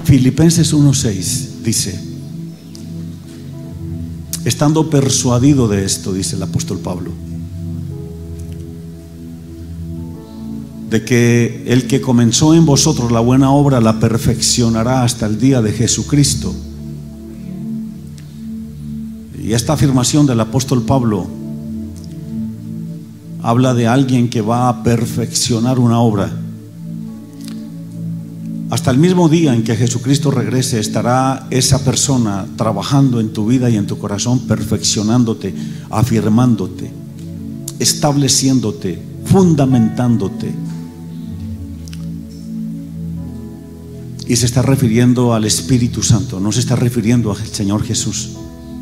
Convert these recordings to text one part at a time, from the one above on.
Filipenses 1:6 dice: estando persuadido de esto, dice el apóstol Pablo, de que el que comenzó en vosotros la buena obra la perfeccionará hasta el día de Jesucristo. Y esta afirmación del apóstol Pablo habla de alguien que va a perfeccionar una obra. Hasta el mismo día en que Jesucristo regrese, estará esa persona trabajando en tu vida y en tu corazón, perfeccionándote, afirmándote, estableciéndote, fundamentándote. Y se está refiriendo al Espíritu Santo, no se está refiriendo al Señor Jesús.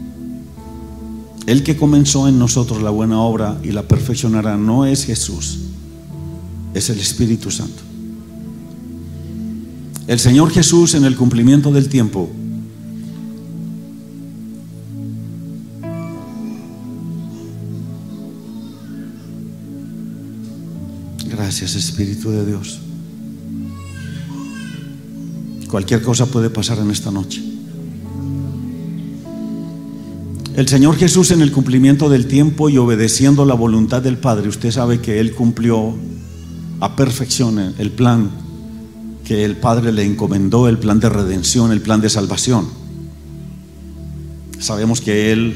El que comenzó en nosotros la buena obra y la perfeccionará no es Jesús, es el Espíritu Santo. El Señor Jesús, en el cumplimiento del tiempo, gracias, Espíritu de Dios. Cualquier cosa puede pasar en esta noche. El Señor Jesús, en el cumplimiento del tiempo y obedeciendo la voluntad del Padre, usted sabe que Él cumplió a perfección el plan que el Padre le encomendó, el plan de redención, el plan de salvación. Sabemos que Él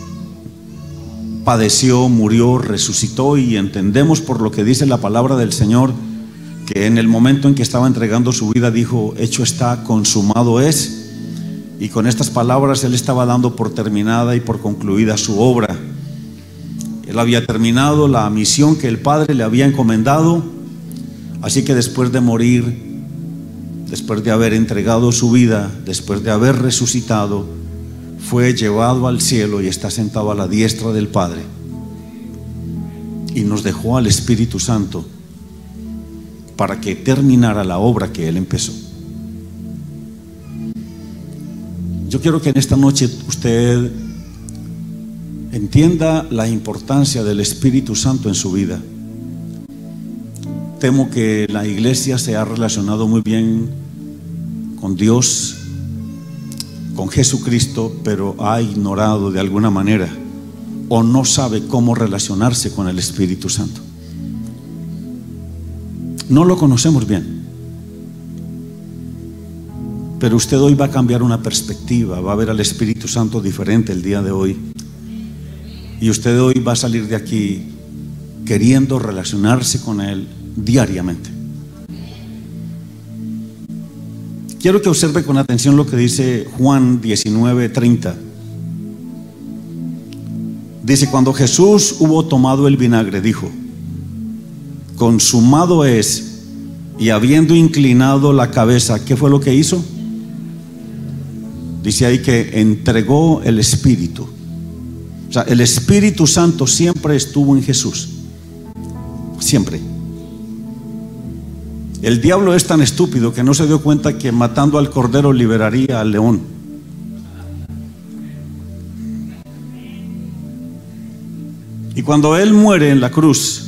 padeció, murió, resucitó, y entendemos por lo que dice la palabra del Señor que en el momento en que estaba entregando su vida dijo: hecho está, consumado es. Y con estas palabras Él estaba dando por terminada y por concluida su obra. Él había terminado la misión que el Padre le había encomendado. Así que después de morir, después de haber entregado su vida, después de haber resucitado, fue llevado al cielo y está sentado a la diestra del Padre. Y nos dejó al Espíritu Santo para que terminara la obra que Él empezó. Yo quiero que en esta noche usted entienda la importancia del Espíritu Santo en su vida. Temo que la iglesia se ha relacionado muy bien con Dios, con Jesucristo, pero ha ignorado de alguna manera o no sabe cómo relacionarse con el Espíritu Santo. No lo conocemos bien, pero usted hoy va a cambiar una perspectiva, va a ver al Espíritu Santo diferente el día de hoy, y usted hoy va a salir de aquí queriendo relacionarse con Él diariamente. Quiero que observe con atención lo que dice Juan 19:30. Dice: cuando Jesús hubo tomado el vinagre, dijo: consumado es. Y habiendo inclinado la cabeza, ¿qué fue lo que hizo? Dice ahí que entregó el Espíritu. O sea, el Espíritu Santo siempre estuvo en Jesús, siempre. El diablo es tan estúpido que no se dio cuenta que matando al cordero liberaría al león. Y cuando Él muere en la cruz,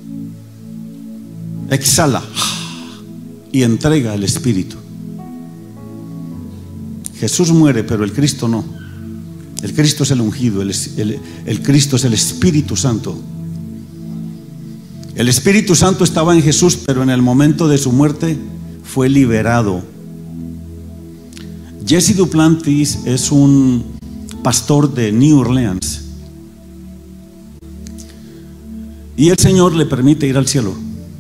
exhala y entrega el Espíritu. Jesús muere, pero el Cristo no. El Cristo es el ungido, el Cristo es el Espíritu Santo. El Espíritu Santo estaba en Jesús, pero en el momento de su muerte fue liberado. Jesse Duplantis es un pastor de New Orleans, y el Señor le permite ir al cielo.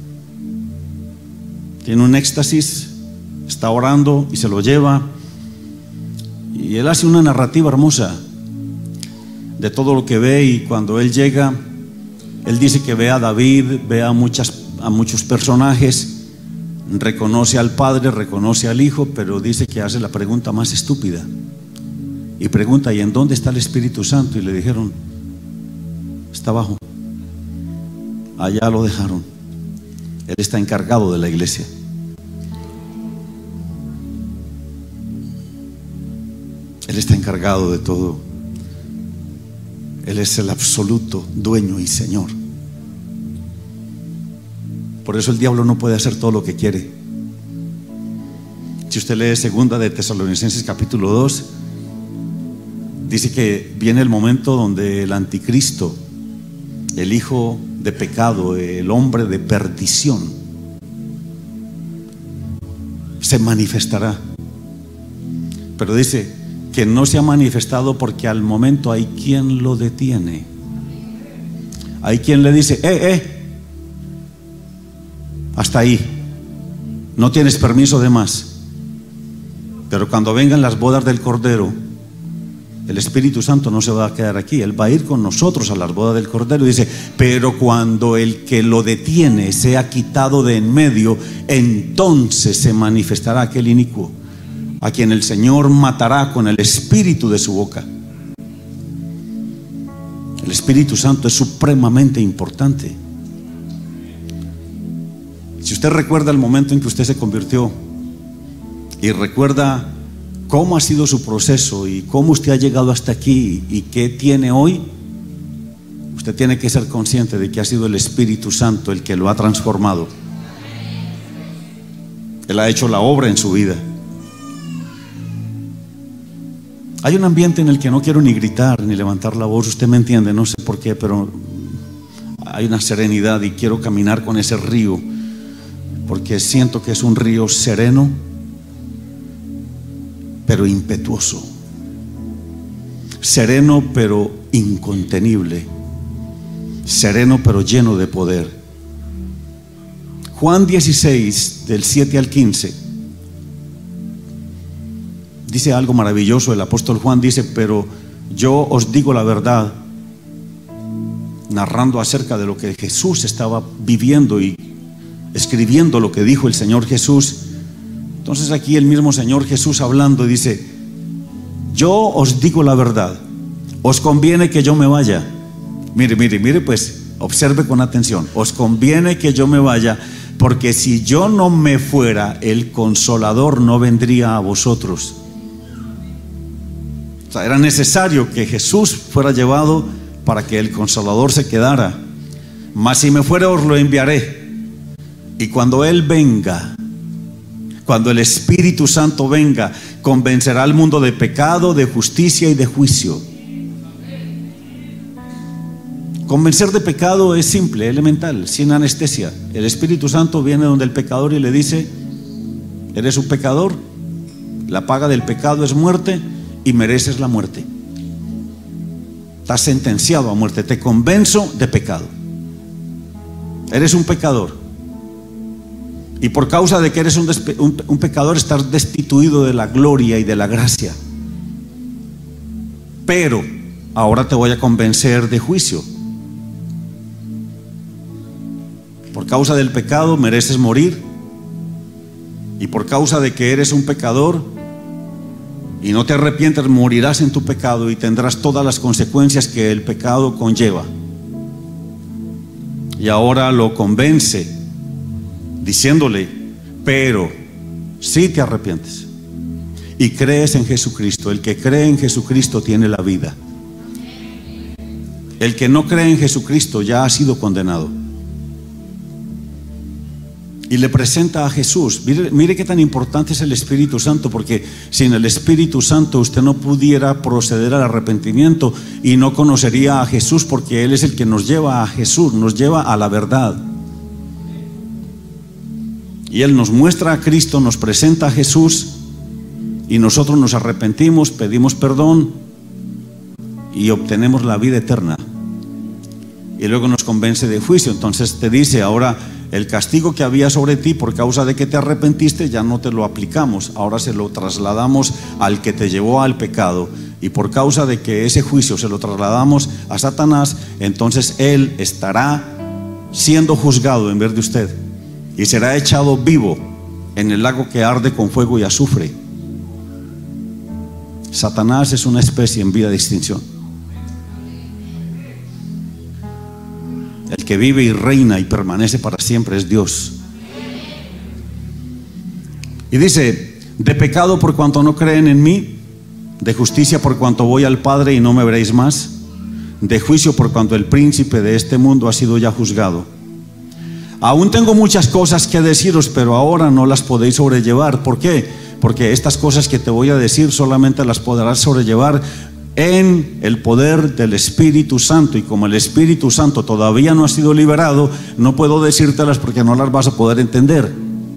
Tiene un éxtasis, está orando y se lo lleva, y él hace una narrativa hermosa de todo lo que ve. Y cuando él llega, él dice que ve a David, ve a muchos personajes, reconoce al Padre, reconoce al Hijo, pero dice que hace la pregunta más estúpida y pregunta: ¿y en dónde está el Espíritu Santo? Y le dijeron: está abajo, allá lo dejaron. Él está encargado de la iglesia. Él está encargado de todo. Él es el absoluto dueño y Señor. Por eso el diablo no puede hacer todo lo que quiere. Si usted lee segunda de Tesalonicenses capítulo 2, dice que viene el momento donde el anticristo, el hijo de pecado, el hombre de perdición, se manifestará. Pero dice que no se ha manifestado porque al momento hay quien lo detiene. Hay quien le dice: hasta ahí, no tienes permiso de más. Pero cuando vengan las bodas del Cordero, el Espíritu Santo no se va a quedar aquí, Él va a ir con nosotros a las bodas del Cordero. Y dice: pero cuando el que lo detiene sea quitado de en medio, entonces se manifestará aquel inicuo, a quien el Señor matará con el espíritu de su boca. El Espíritu Santo es supremamente importante. Si usted recuerda el momento en que usted se convirtió y recuerda cómo ha sido su proceso y cómo usted ha llegado hasta aquí y qué tiene hoy, usted tiene que ser consciente de que ha sido el Espíritu Santo el que lo ha transformado. Él ha hecho la obra en su vida. Hay un ambiente en el que no quiero ni gritar ni levantar la voz, usted me entiende, no sé por qué, pero hay una serenidad y quiero caminar con ese río, porque siento que es un río sereno pero impetuoso, sereno pero incontenible, sereno pero lleno de poder. Juan 16 del 7 al 15 dice algo maravilloso. El apóstol Juan dice: pero yo os digo la verdad, narrando acerca de lo que Jesús estaba viviendo y escribiendo lo que dijo el Señor Jesús. Entonces aquí el mismo Señor Jesús hablando dice: yo os digo la verdad, os conviene que yo me vaya. Mire, pues observe con atención. Os conviene que yo me vaya, porque si yo no me fuera, el Consolador no vendría a vosotros. O sea, era necesario que Jesús fuera llevado para que el Consolador se quedara. Mas si me fuera, os lo enviaré. Y cuando Él venga, cuando el Espíritu Santo venga, convencerá al mundo de pecado, de justicia y de juicio. Convencer de pecado es simple, elemental, sin anestesia. El Espíritu Santo viene donde el pecador y le dice: eres un pecador, la paga del pecado es muerte y mereces la muerte. Estás sentenciado a muerte, te convenzo de pecado. Eres un pecador. Y por causa de que eres un pecador, estás destituido de la gloria y de la gracia. Pero ahora te voy a convencer de juicio. Por causa del pecado mereces morir. Y por causa de que eres un pecador y no te arrepientes, morirás en tu pecado y tendrás todas las consecuencias que el pecado conlleva. Y ahora lo convence diciéndole: pero si te arrepientes y crees en Jesucristo, el que cree en Jesucristo tiene la vida. El que no cree en Jesucristo ya ha sido condenado. Y le presenta a Jesús. Mire qué tan importante es el Espíritu Santo, porque sin el Espíritu Santo usted no pudiera proceder al arrepentimiento y no conocería a Jesús, porque Él es el que nos lleva a Jesús, nos lleva a la verdad. Y Él nos muestra a Cristo, nos presenta a Jesús, y nosotros nos arrepentimos, pedimos perdón y obtenemos la vida eterna. Y luego nos convence de juicio. Entonces te dice: ahora el castigo que había sobre ti por causa de que te arrepentiste ya no te lo aplicamos, ahora se lo trasladamos al que te llevó al pecado. Y por causa de que ese juicio se lo trasladamos a Satanás, entonces él estará siendo juzgado en vez de usted y será echado vivo en el lago que arde con fuego y azufre. Satanás es una especie en vía de extinción. El que vive y reina y permanece para siempre es Dios. Y dice: de pecado por cuanto no creen en mí, de justicia por cuanto voy al Padre y no me veréis más, de juicio por cuanto el príncipe de este mundo ha sido ya juzgado. Aún tengo muchas cosas que deciros, pero ahora no las podéis sobrellevar. ¿Por qué? Porque estas cosas que te voy a decir solamente las podrás sobrellevar en el poder del Espíritu Santo. Y como el Espíritu Santo todavía no ha sido liberado, no puedo decírtelas porque no las vas a poder entender.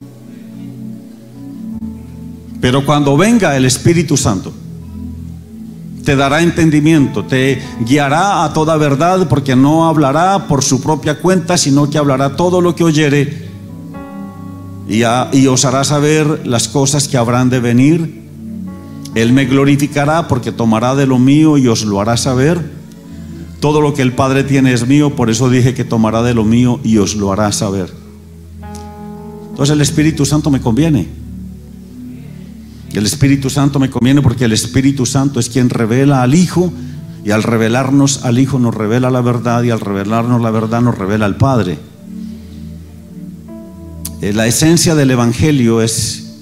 Pero cuando venga el Espíritu Santo, te dará entendimiento, te guiará a toda verdad, porque no hablará por su propia cuenta, sino que hablará todo lo que oyere, y os hará saber las cosas que habrán de venir. Él me glorificará, porque tomará de lo mío y os lo hará saber. Todo lo que el Padre tiene es mío, por eso dije que tomará de lo mío y os lo hará saber. Entonces el Espíritu Santo me conviene. El Espíritu Santo me conviene porque el Espíritu Santo es quien revela al Hijo, y al revelarnos al Hijo nos revela la verdad, y al revelarnos la verdad nos revela al Padre. La esencia del Evangelio es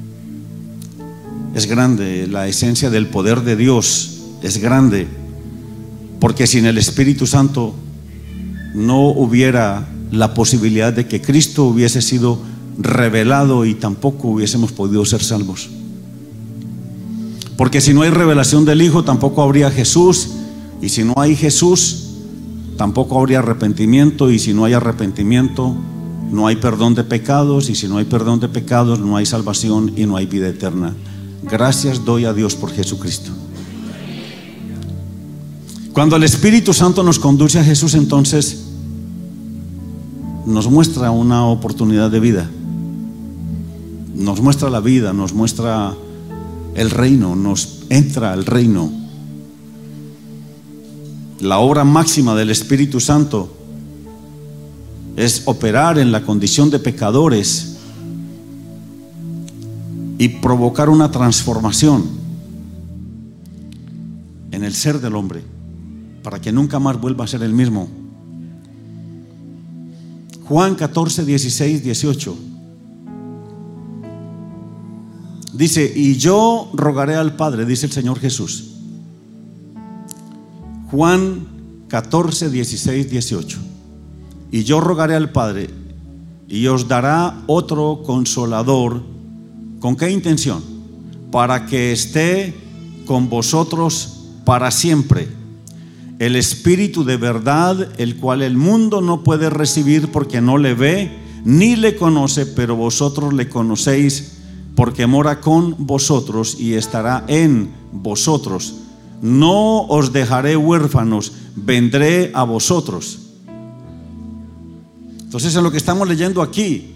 grande. La esencia del poder de Dios es grande, porque sin el Espíritu Santo no hubiera la posibilidad de que Cristo hubiese sido revelado, y tampoco hubiésemos podido ser salvos. Porque si no hay revelación del Hijo, tampoco habría Jesús, y si no hay Jesús, tampoco habría arrepentimiento, y si no hay arrepentimiento, no hay perdón de pecados, y si no hay perdón de pecados, no hay salvación y no hay vida eterna. Gracias doy a Dios por Jesucristo. Cuando el Espíritu Santo nos conduce a Jesús, entonces nos muestra una oportunidad de vida, nos muestra la vida, nos muestra el reino, nos entra al reino. La obra máxima del Espíritu Santo es operar en la condición de pecadores y provocar una transformación en el ser del hombre, para que nunca más vuelva a ser el mismo. Juan 14, 16, 18 dice: y yo rogaré al Padre, dice el Señor Jesús. Juan 14, 16, 18. Y yo rogaré al Padre, y os dará otro consolador. ¿Con qué intención? Para que esté con vosotros para siempre. El Espíritu de verdad, el cual el mundo no puede recibir porque no le ve ni le conoce, pero vosotros le conocéis, porque mora con vosotros y estará en vosotros. No os dejaré huérfanos, vendré a vosotros. Entonces, en lo que estamos leyendo aquí,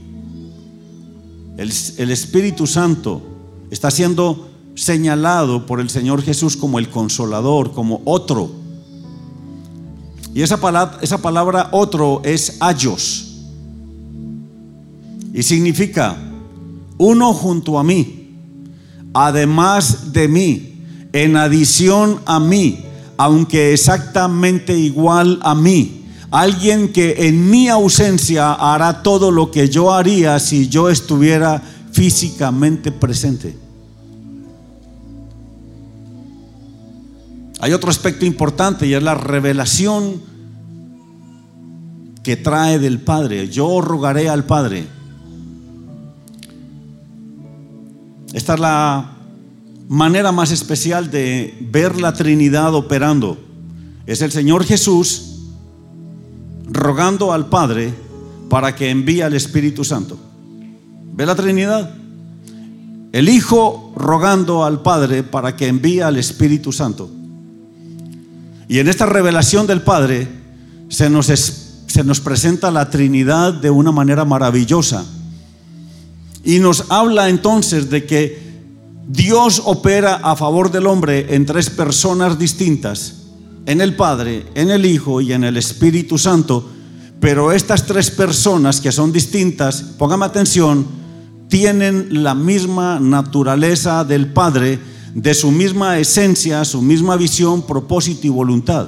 el Espíritu Santo está siendo señalado por el Señor Jesús como el consolador, como otro. Y esa palabra otro es ayos, y significa uno junto a mí, además de mí, en adición a mí, aunque exactamente igual a mí. Alguien que en mi ausencia hará todo lo que yo haría si yo estuviera físicamente presente. Hay otro aspecto importante, y es la revelación que trae del Padre. Yo rogaré al Padre. Esta es la manera más especial de ver la Trinidad operando. Es el Señor Jesús rogando al Padre para que envíe al Espíritu Santo. ¿Ve la Trinidad? El Hijo rogando al Padre para que envíe al Espíritu Santo. Y en esta revelación del Padre se nos presenta la Trinidad de una manera maravillosa. Y nos habla entonces de que Dios opera a favor del hombre en tres personas distintas: en el Padre, en el Hijo y en el Espíritu Santo. Pero estas tres personas que son distintas, póngame atención, tienen la misma naturaleza del Padre, de su misma esencia, su misma visión, propósito y voluntad.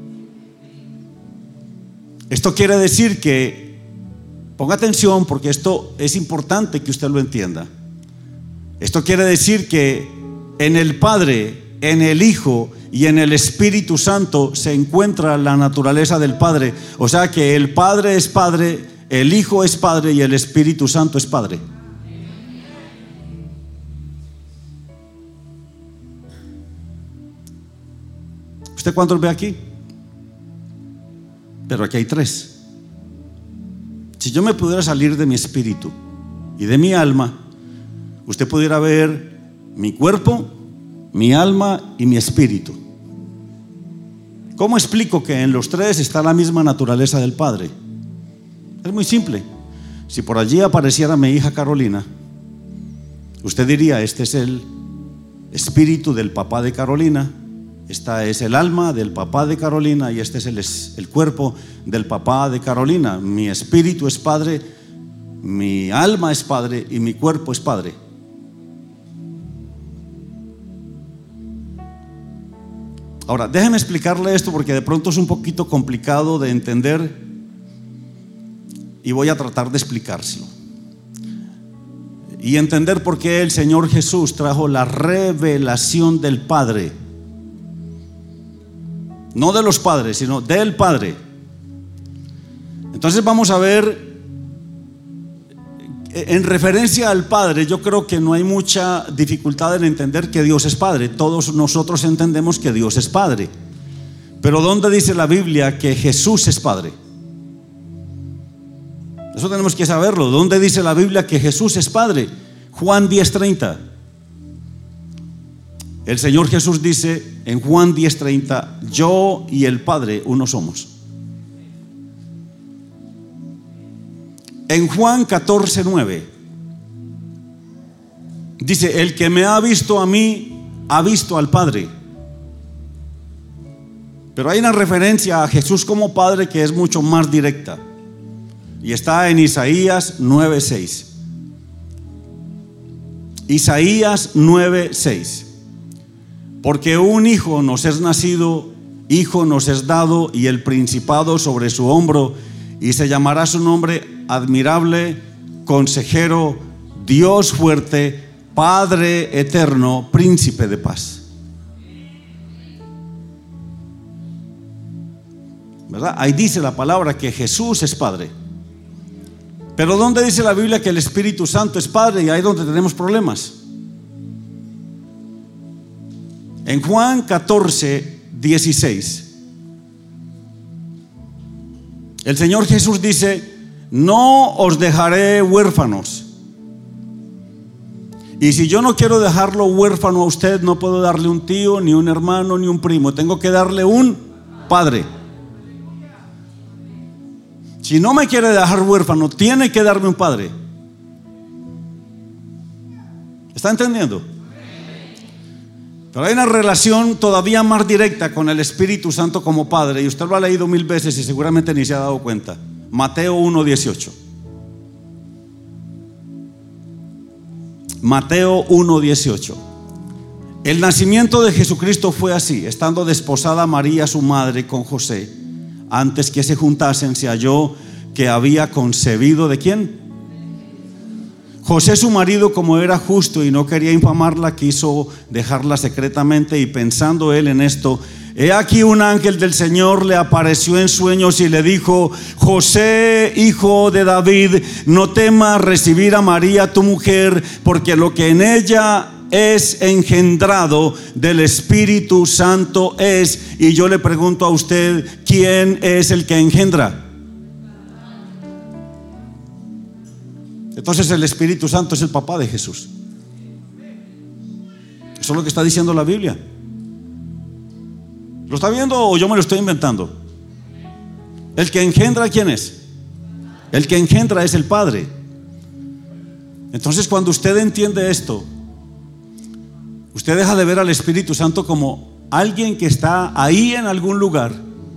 Esto quiere decir que, ponga atención porque esto es importante que usted lo entienda. Esto quiere decir que en el Padre, en el Hijo y en el Espíritu Santo se encuentra la naturaleza del Padre. O sea que el Padre es Padre, el Hijo es Padre y el Espíritu Santo es Padre. ¿Usted cuántos ve aquí? Pero aquí hay 3. Si yo me pudiera salir de mi espíritu y de mi alma, usted pudiera ver mi cuerpo, mi alma y mi espíritu. ¿Cómo explico que en los 3 está la misma naturaleza del Padre? Es muy simple. Si por allí apareciera mi hija Carolina, usted diría: este es el espíritu del papá de Carolina, esta es el alma del papá de Carolina y este es el cuerpo del papá de Carolina. Mi espíritu es padre, mi alma es padre y mi cuerpo es padre. Ahora, déjeme explicarle esto porque de pronto es un poquito complicado de entender y voy a tratar de explicárselo y entender por qué el Señor Jesús trajo la revelación del Padre, no de los padres, sino del Padre. Entonces vamos a ver, en referencia al Padre, yo creo que no hay mucha dificultad en entender que Dios es Padre. Todos nosotros entendemos que Dios es Padre. Pero ¿dónde dice la Biblia que Jesús es Padre? Eso tenemos que saberlo. ¿Dónde dice la Biblia que Jesús es Padre? Juan 10:30. El Señor Jesús dice en Juan 10:30: yo y el Padre uno somos. En Juan 14:9 dice: el que me ha visto a mí ha visto al Padre. Pero hay una referencia a Jesús como Padre que es mucho más directa y está en Isaías 9:6. Isaías 9:6. Porque un hijo nos es nacido, hijo nos es dado, y el principado sobre su hombro, y se llamará su nombre Admirable, Consejero, Dios fuerte, Padre eterno, Príncipe de paz. ¿Verdad? Ahí dice la palabra que Jesús es Padre. Pero ¿dónde dice la Biblia que el Espíritu Santo es Padre? Y ahí es donde tenemos problemas. En Juan 14:16, el Señor Jesús dice: no os dejaré huérfanos. Y si yo no quiero dejarlo huérfano a usted, no puedo darle un tío, ni un hermano, ni un primo. Tengo que darle un padre. Si no me quiere dejar huérfano, tiene que darme un padre. ¿Está entendiendo? Pero hay una relación todavía más directa con el Espíritu Santo como Padre, y usted lo ha leído 1000 veces y seguramente ni se ha dado cuenta. Mateo 1:18. Mateo 1:18. El nacimiento de Jesucristo fue así: estando desposada María su madre con José, antes que se juntasen, se halló que había concebido ¿de quién? José su marido, como era justo y no quería infamarla, quiso dejarla secretamente, y pensando él en esto, he aquí un ángel del Señor le apareció en sueños y le dijo: José, hijo de David, no temas recibir a María tu mujer, porque lo que en ella es engendrado del Espíritu Santo es. Y yo le pregunto a usted, ¿quién es el que engendra? Entonces el Espíritu Santo es el papá de Jesús. Eso es lo que está diciendo la Biblia. ¿Lo está viendo o yo me lo estoy inventando? El que engendra, ¿quién es? El que engendra es el Padre. Entonces, cuando usted entiende esto, usted deja de ver al Espíritu Santo como alguien que está ahí en algún lugar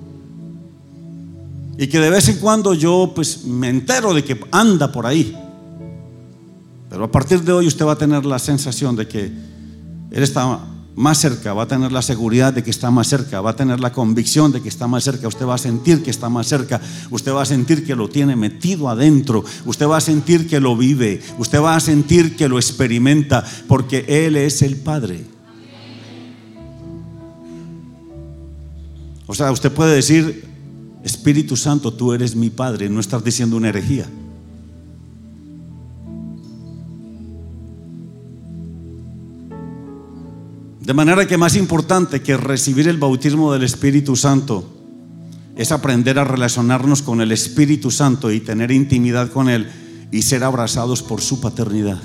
y que de vez en cuando yo pues me entero de que anda por ahí. Pero a partir de hoy usted va a tener la sensación de que Él está más cerca, va a tener la seguridad de que está más cerca, va a tener la convicción de que está más cerca. Usted va a sentir que está más cerca, usted va a sentir que lo tiene metido adentro, usted va a sentir que lo vive, usted va a sentir que lo experimenta, porque Él es el Padre. O sea, usted puede decir: Espíritu Santo, tú eres mi Padre. No estás diciendo una herejía. De manera que más importante que recibir el bautismo del Espíritu Santo es aprender a relacionarnos con el Espíritu Santo y tener intimidad con Él y ser abrazados por su paternidad.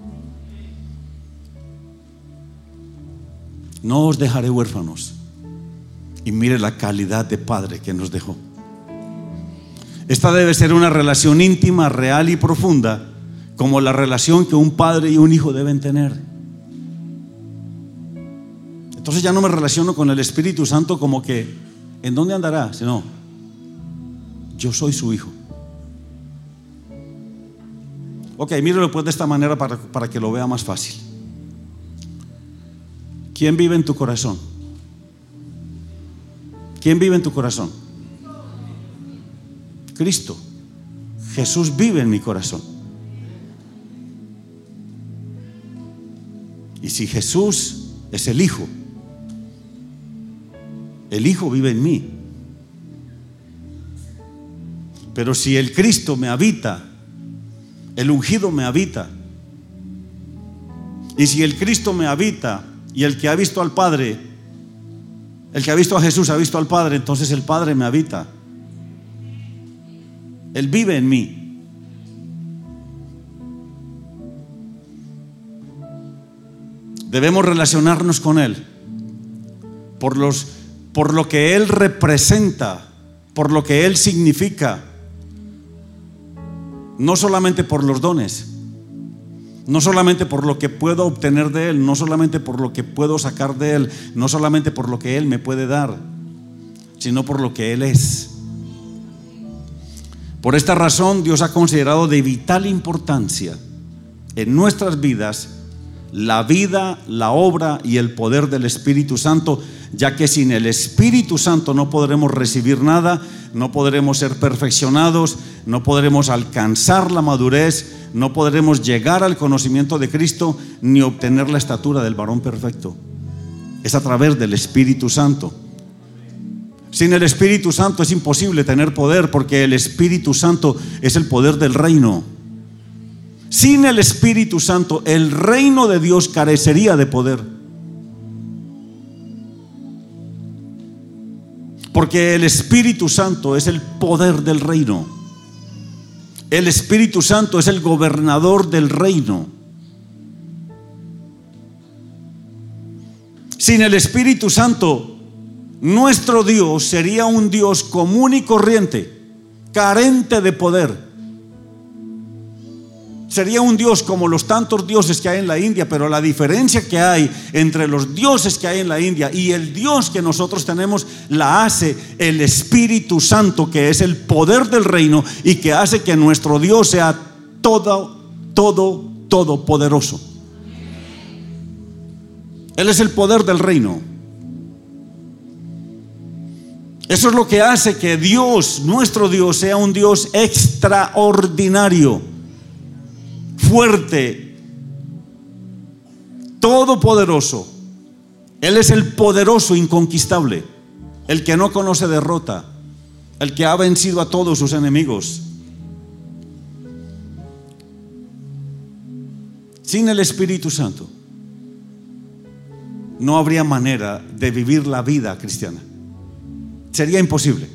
No os dejaré huérfanos. Y mire la calidad de padre que nos dejó. Esta debe ser una relación íntima, real y profunda, como la relación que un padre y un hijo deben tener. Entonces ya no me relaciono con el Espíritu Santo como que ¿en dónde andará? Sino yo soy su hijo. Ok, míralo pues de esta manera para que lo vea más fácil. ¿Quién vive en tu corazón? ¿Quién vive en tu corazón? Cristo. Jesús vive en mi corazón. Y si Jesús es el Hijo vive en mí. Pero si el Cristo me habita, el ungido me habita, y si el Cristo me habita y el que ha visto al Padre, el que ha visto a Jesús ha visto al Padre, entonces el Padre me habita. Él vive en mí. Debemos relacionarnos con Él por lo que Él representa, por lo que Él significa, no solamente por los dones, no solamente por lo que puedo obtener de Él, no solamente por lo que puedo sacar de Él, no solamente por lo que Él me puede dar, sino por lo que Él es. Por esta razón, Dios ha considerado de vital importancia en nuestras vidas la vida, la obra y el poder del Espíritu Santo, ya que sin el Espíritu Santo no podremos recibir nada, no podremos ser perfeccionados, no podremos alcanzar la madurez, no podremos llegar al conocimiento de Cristo, ni obtener la estatura del varón perfecto. Es a través del Espíritu Santo. Sin el Espíritu Santo es imposible tener poder, porque el Espíritu Santo es el poder del reino. Sin el Espíritu Santo, el reino de Dios carecería de poder. Porque el Espíritu Santo es el poder del reino. El Espíritu Santo es el gobernador del reino. Sin el Espíritu Santo, nuestro Dios sería un Dios común y corriente, carente de poder. Sería un Dios como los tantos dioses que hay en la India, pero la diferencia que hay entre los dioses que hay en la India y el Dios que nosotros tenemos la hace el Espíritu Santo, que es el poder del reino y que hace que nuestro Dios sea todopoderoso. Él es el poder del reino. Eso es lo que hace que Dios, nuestro Dios, sea un Dios extraordinario, fuerte, todopoderoso. Él es el poderoso inconquistable, el que no conoce derrota, el que ha vencido a todos sus enemigos. Sin el Espíritu Santo no habría manera de vivir la vida cristiana. Sería imposible.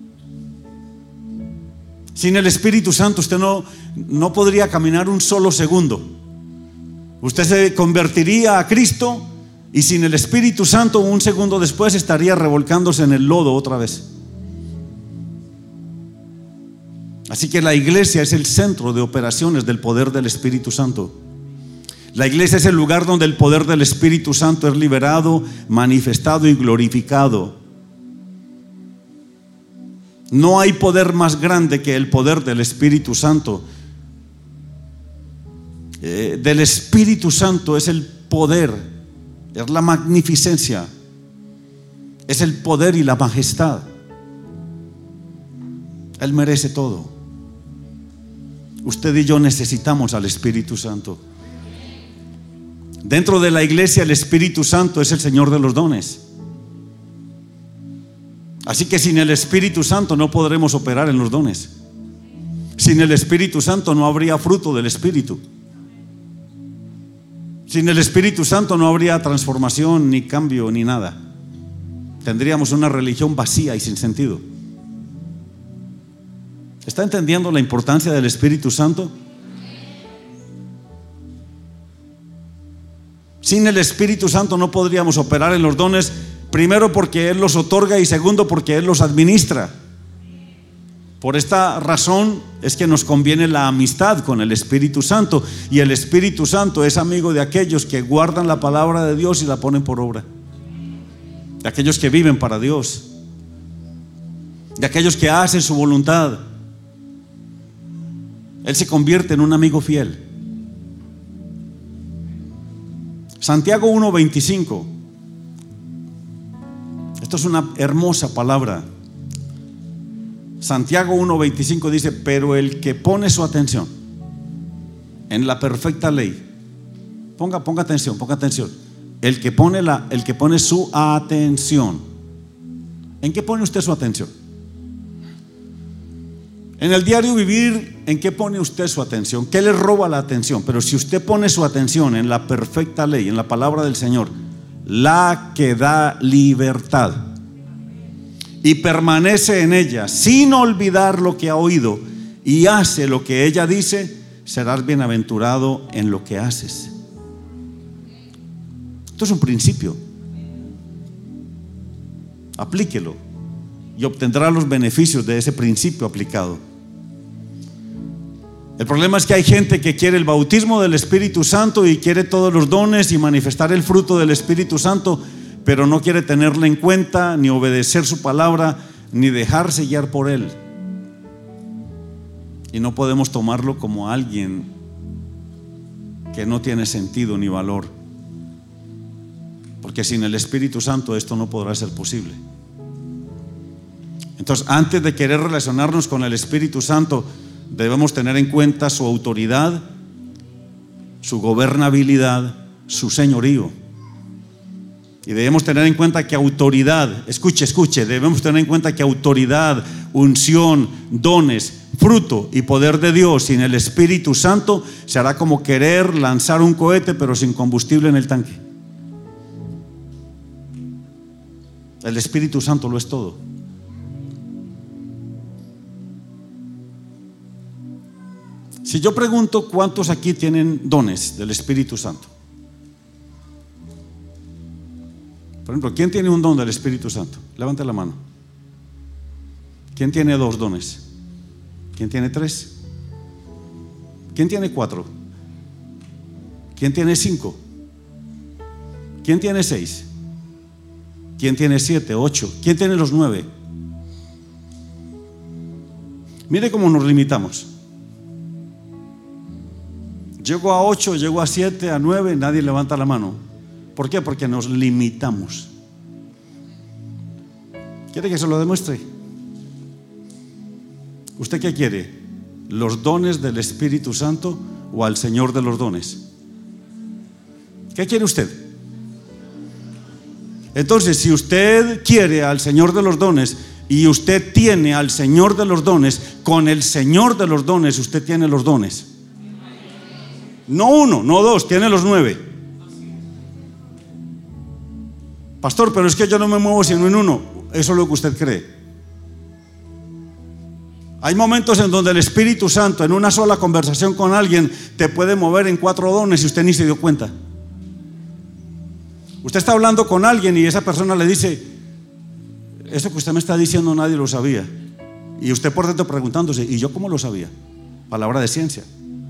Sin el Espíritu Santo usted no podría caminar un solo segundo. Usted se convertiría a Cristo y sin el Espíritu Santo un segundo después estaría revolcándose en el lodo otra vez. Así que la iglesia es el centro de operaciones del poder del Espíritu Santo. La iglesia es el lugar donde el poder del Espíritu Santo es liberado, manifestado y glorificado. No hay poder más grande que el poder del Espíritu Santo. Del Espíritu Santo es el poder, es la magnificencia, es el poder y la majestad. Él merece todo. Usted y yo necesitamos al Espíritu Santo. Dentro de la iglesia el Espíritu Santo es el Señor de los dones. Así que sin el Espíritu Santo no podremos operar en los dones. Sin el Espíritu Santo no habría fruto del Espíritu. Sin el Espíritu Santo no habría transformación, ni cambio, ni nada. Tendríamos una religión vacía y sin sentido. ¿Está entendiendo la importancia del Espíritu Santo? Sin el Espíritu Santo no podríamos operar en los dones, primero porque Él los otorga y segundo porque Él los administra. Por esta razón es que nos conviene la amistad con el Espíritu Santo, y el Espíritu Santo es amigo de aquellos que guardan la palabra de Dios y la ponen por obra, de aquellos que viven para Dios, de aquellos que hacen su voluntad. Él se convierte en un amigo fiel. Santiago 1:25. Esto es una hermosa palabra. Santiago 1:25 dice: pero el que pone su atención en la perfecta ley, ponga atención, el que pone su atención. ¿En qué pone usted su atención? En el diario vivir, ¿en qué pone usted su atención? ¿Qué le roba la atención? Pero si usted pone su atención en la perfecta ley, en la palabra del Señor, la que da libertad, y permanece en ella sin olvidar lo que ha oído y hace lo que ella dice, serás bienaventurado en lo que haces. Esto es un principio. Aplíquelo y obtendrá los beneficios de ese principio aplicado. El problema es que hay gente que quiere el bautismo del Espíritu Santo y quiere todos los dones y manifestar el fruto del Espíritu Santo, pero no quiere tenerle en cuenta, ni obedecer su palabra, ni dejarse guiar por Él. Y no podemos tomarlo como alguien que no tiene sentido ni valor, porque sin el Espíritu Santo esto no podrá ser posible. Entonces, antes de querer relacionarnos con el Espíritu Santo, debemos tener en cuenta su autoridad, su gobernabilidad, su señorío. Y debemos tener en cuenta que autoridad, escuche, debemos tener en cuenta que autoridad, unción, dones, fruto y poder de Dios sin el Espíritu Santo será como querer lanzar un cohete pero sin combustible en el tanque. El Espíritu Santo lo es todo. Si yo pregunto cuántos aquí tienen dones del Espíritu Santo, por ejemplo, ¿quién tiene un don del Espíritu Santo? Levante la mano. ¿Quién tiene 2 dones? ¿Quién tiene 3? ¿Quién tiene 4? ¿Quién tiene 5? ¿Quién tiene 6? ¿Quién tiene 7, 8? ¿Quién tiene los 9? Mire cómo nos limitamos. Llego a 8, llego a 7, a 9, nadie levanta la mano. ¿Por qué? Porque nos limitamos. ¿Quiere que se lo demuestre? ¿Usted qué quiere? ¿Los dones del Espíritu Santo o al Señor de los dones? ¿Qué quiere usted? Entonces, si usted quiere al Señor de los dones y usted tiene al Señor de los dones, con el Señor de los dones usted tiene los dones. No 1, no 2, tiene los 9. Pastor, pero es que yo no me muevo sino en 1. Eso es lo que usted cree. Hay momentos en donde el Espíritu Santo, en una sola conversación con alguien, te puede mover en 4 dones y usted ni se dio cuenta. Usted está hablando con alguien y esa persona le dice: eso que usted me está diciendo nadie lo sabía. Y usted por dentro preguntándose: ¿y yo cómo lo sabía? Palabra de ciencia.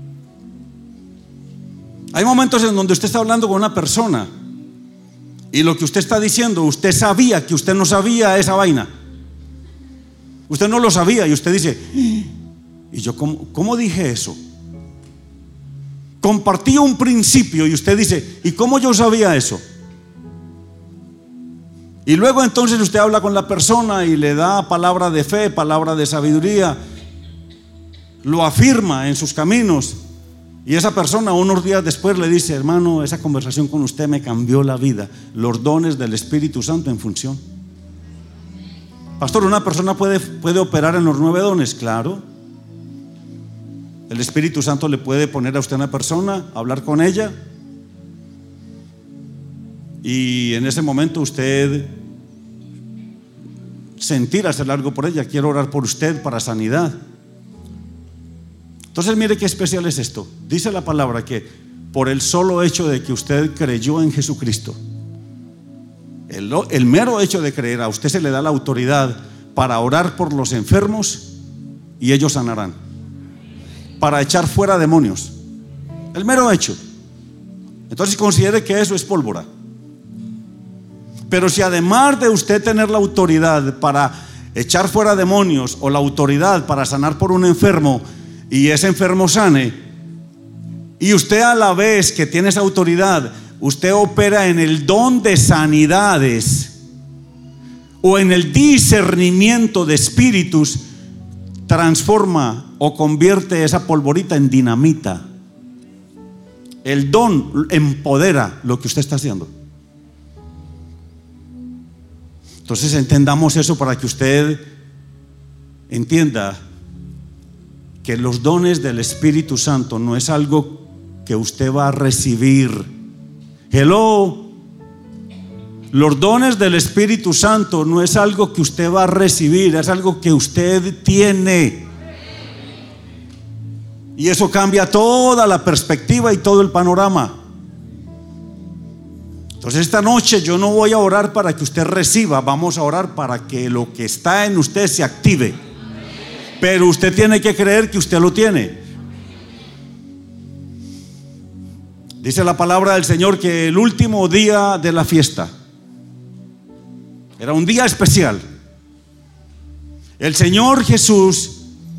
Hay momentos en donde usted está hablando con una persona y lo que usted está diciendo, usted sabía que usted no sabía esa vaina. Usted no lo sabía y usted dice: ¿y yo cómo dije eso? Compartí un principio y usted dice: ¿y cómo yo sabía eso? Y luego entonces usted habla con la persona y le da palabra de fe, palabra de sabiduría, lo afirma en sus caminos. Y esa persona unos días después le dice: hermano, esa conversación con usted me cambió la vida. Los dones del Espíritu Santo en función. Pastor, ¿una persona puede operar en los 9 dones? Claro. El Espíritu Santo le puede poner a usted una persona, hablar con ella, y en ese momento usted sentir hacer algo por ella, quiero orar por usted para sanidad. Entonces mire qué especial es esto. Dice la palabra que por el solo hecho de que usted creyó en Jesucristo, el mero hecho de creer, a usted se le da la autoridad para orar por los enfermos y ellos sanarán, para echar fuera demonios, el mero hecho. Entonces considere que eso es pólvora. Pero si además de usted tener la autoridad para echar fuera demonios o la autoridad para sanar por un enfermo y ese enfermo sane, y usted a la vez que tiene esa autoridad, usted opera en el don de sanidades o en el discernimiento de espíritus, transforma o convierte esa polvorita en dinamita. El don empodera lo que usted está haciendo. Entonces entendamos eso para que usted entienda que los dones del Espíritu Santo no es algo que usted va a recibir. Hello. Los dones del Espíritu Santo no es algo que usted va a recibir, es algo que usted tiene. Y eso cambia toda la perspectiva y todo el panorama. Entonces esta noche yo no voy a orar para que usted reciba, vamos a orar para que lo que está en usted se active. Pero usted tiene que creer que usted lo tiene. Dice la palabra del Señor que el último día de la fiesta era un día especial. El Señor Jesús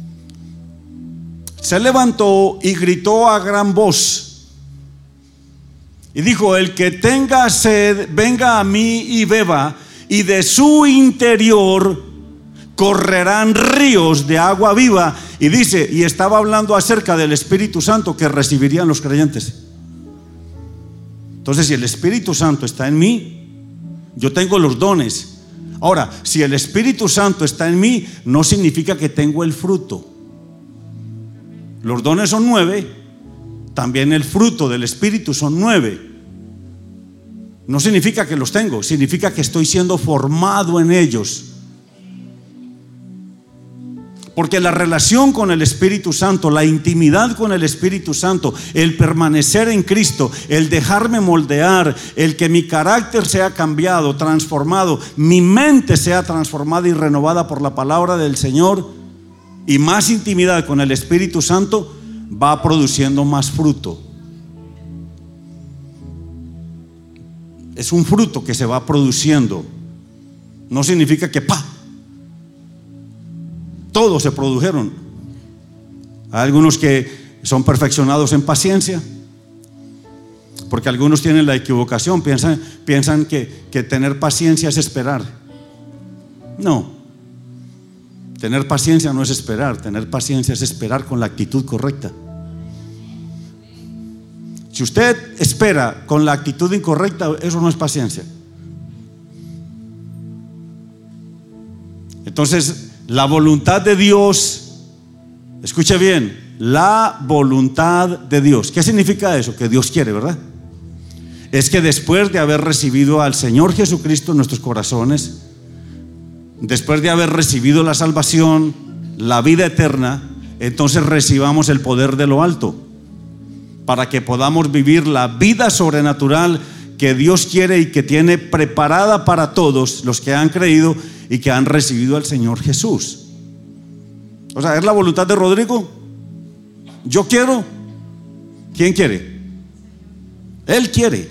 se levantó y gritó a gran voz y dijo: el que tenga sed, venga a mí y beba, y de su interior correrán ríos de agua viva. Y dice, y estaba hablando acerca del Espíritu Santo que recibirían los creyentes. Entonces, si el Espíritu Santo está en mí, yo tengo los dones. Ahora, si el Espíritu Santo está en mí, no significa que tengo el fruto. Los dones son 9, también el fruto del Espíritu son 9. No significa que los tengo, significa que estoy siendo formado en ellos. Porque la relación con el Espíritu Santo, la intimidad con el Espíritu Santo, el permanecer en Cristo, el dejarme moldear, el que mi carácter sea cambiado, transformado, mi mente sea transformada y renovada por la palabra del Señor, y más intimidad con el Espíritu Santo, va produciendo más fruto. Es un fruto que se va produciendo. No significa que todos se produjeron. Hay algunos que son perfeccionados en paciencia, porque algunos tienen la equivocación, piensan que tener paciencia es esperar. No, tener paciencia no es esperar, tener paciencia es esperar con la actitud correcta. Si usted espera con la actitud incorrecta, eso no es paciencia. Entonces, la voluntad de Dios, escuche bien, la voluntad de Dios. ¿Qué significa eso? Que Dios quiere, ¿verdad? Es que después de haber recibido al Señor Jesucristo en nuestros corazones, después de haber recibido la salvación, la vida eterna, entonces recibamos el poder de lo alto, para que podamos vivir la vida sobrenatural que Dios quiere y que tiene preparada para todos los que han creído y que han recibido al Señor Jesús. O sea, ¿es la voluntad de Rodrigo? Yo quiero. ¿Quién quiere? Él quiere.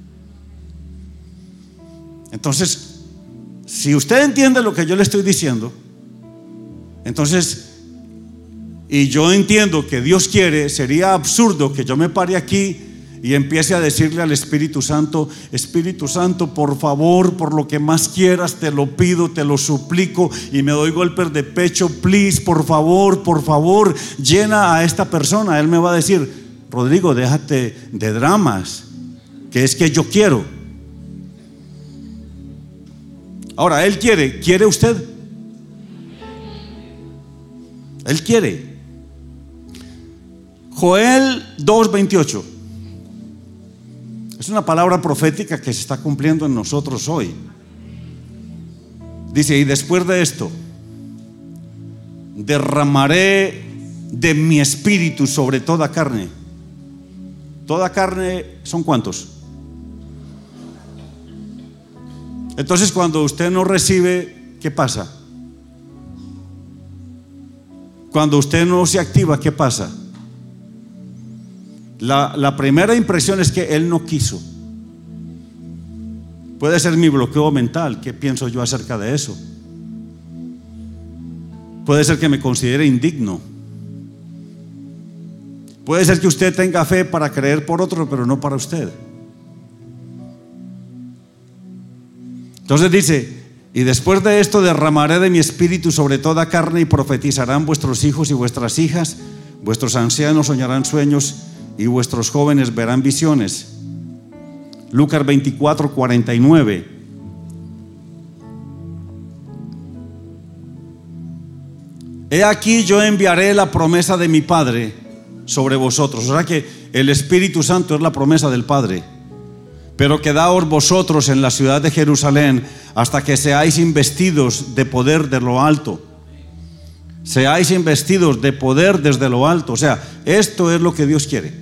Entonces, si usted entiende lo que yo le estoy diciendo, entonces, y yo entiendo que Dios quiere, sería absurdo que yo me pare aquí y empiece a decirle al Espíritu Santo: Espíritu Santo, por favor, por lo que más quieras, te lo pido, te lo suplico, y me doy golpes de pecho, please, por favor, llena a esta persona. Él me va a decir: Rodrigo, déjate de dramas, que es que yo quiero. Ahora, Él ¿quiere usted? Él quiere. Joel 2:28. Es una palabra profética que se está cumpliendo en nosotros hoy. Dice, y después de esto, derramaré de mi espíritu sobre toda carne. Toda carne, ¿son cuántos? Entonces, cuando usted no recibe, ¿qué pasa? Cuando usted no se activa, ¿qué pasa? La primera impresión es que él no quiso. Puede ser mi bloqueo mental. ¿Qué pienso yo acerca de eso? Puede ser que me considere indigno. Puede ser que usted tenga fe para creer por otro, pero no para usted. Entonces dice, y después de esto derramaré de mi espíritu sobre toda carne, y profetizarán vuestros hijos y vuestras hijas, vuestros ancianos soñarán sueños, y vuestros jóvenes verán visiones. Lucas 24:49. He aquí yo enviaré la promesa de mi Padre sobre vosotros. O sea que el Espíritu Santo es la promesa del Padre. Pero quedaos vosotros en la ciudad de Jerusalén hasta que seáis investidos de poder de lo alto. Seáis investidos de poder desde lo alto. O sea, esto es lo que Dios quiere.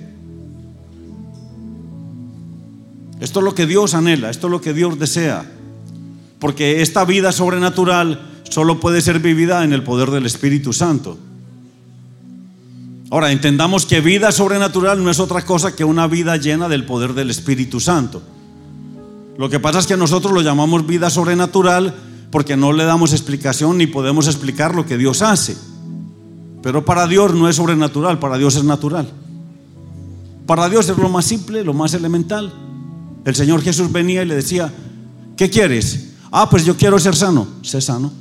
Esto es lo que Dios anhela, esto es lo que Dios desea. Porque esta vida sobrenatural solo puede ser vivida en el poder del Espíritu Santo. Ahora, entendamos que vida sobrenatural no es otra cosa que una vida llena del poder del Espíritu Santo. Lo que pasa es que nosotros lo llamamos vida sobrenatural porque no le damos explicación ni podemos explicar lo que Dios hace. Pero para Dios no es sobrenatural, para Dios es natural. Para Dios es lo más simple, lo más elemental. El Señor Jesús venía y le decía, ¿qué quieres? Ah, pues yo quiero ser sano. Sé sano.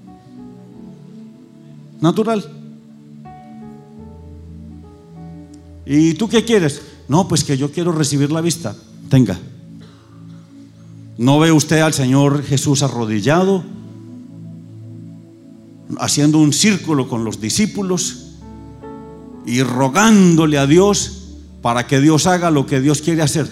Natural. ¿Y tú qué quieres? No, pues que yo quiero recibir la vista. Tenga. ¿No ve usted al Señor Jesús arrodillado, haciendo un círculo con los discípulos y rogándole a Dios para que Dios haga lo que Dios quiere hacer?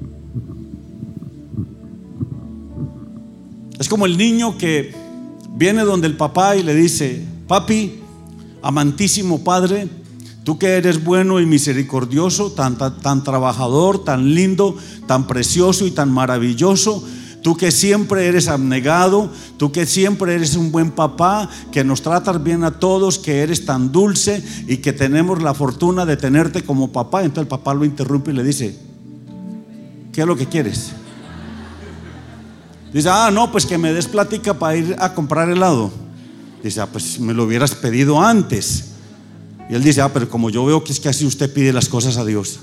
Es como el niño que viene donde el papá y le dice, papi, amantísimo padre, tú que eres bueno y misericordioso, tan trabajador, tan lindo, tan precioso y tan maravilloso, tú que siempre eres abnegado, tú que siempre eres un buen papá, que nos tratas bien a todos, que eres tan dulce y que tenemos la fortuna de tenerte como papá. Entonces el papá lo interrumpe y le dice, ¿qué es lo que quieres? Dice, no, pues que me des plática para ir a comprar helado. Dice, pues me lo hubieras pedido antes. Y él dice, pero como yo veo que es que así usted pide las cosas a Dios.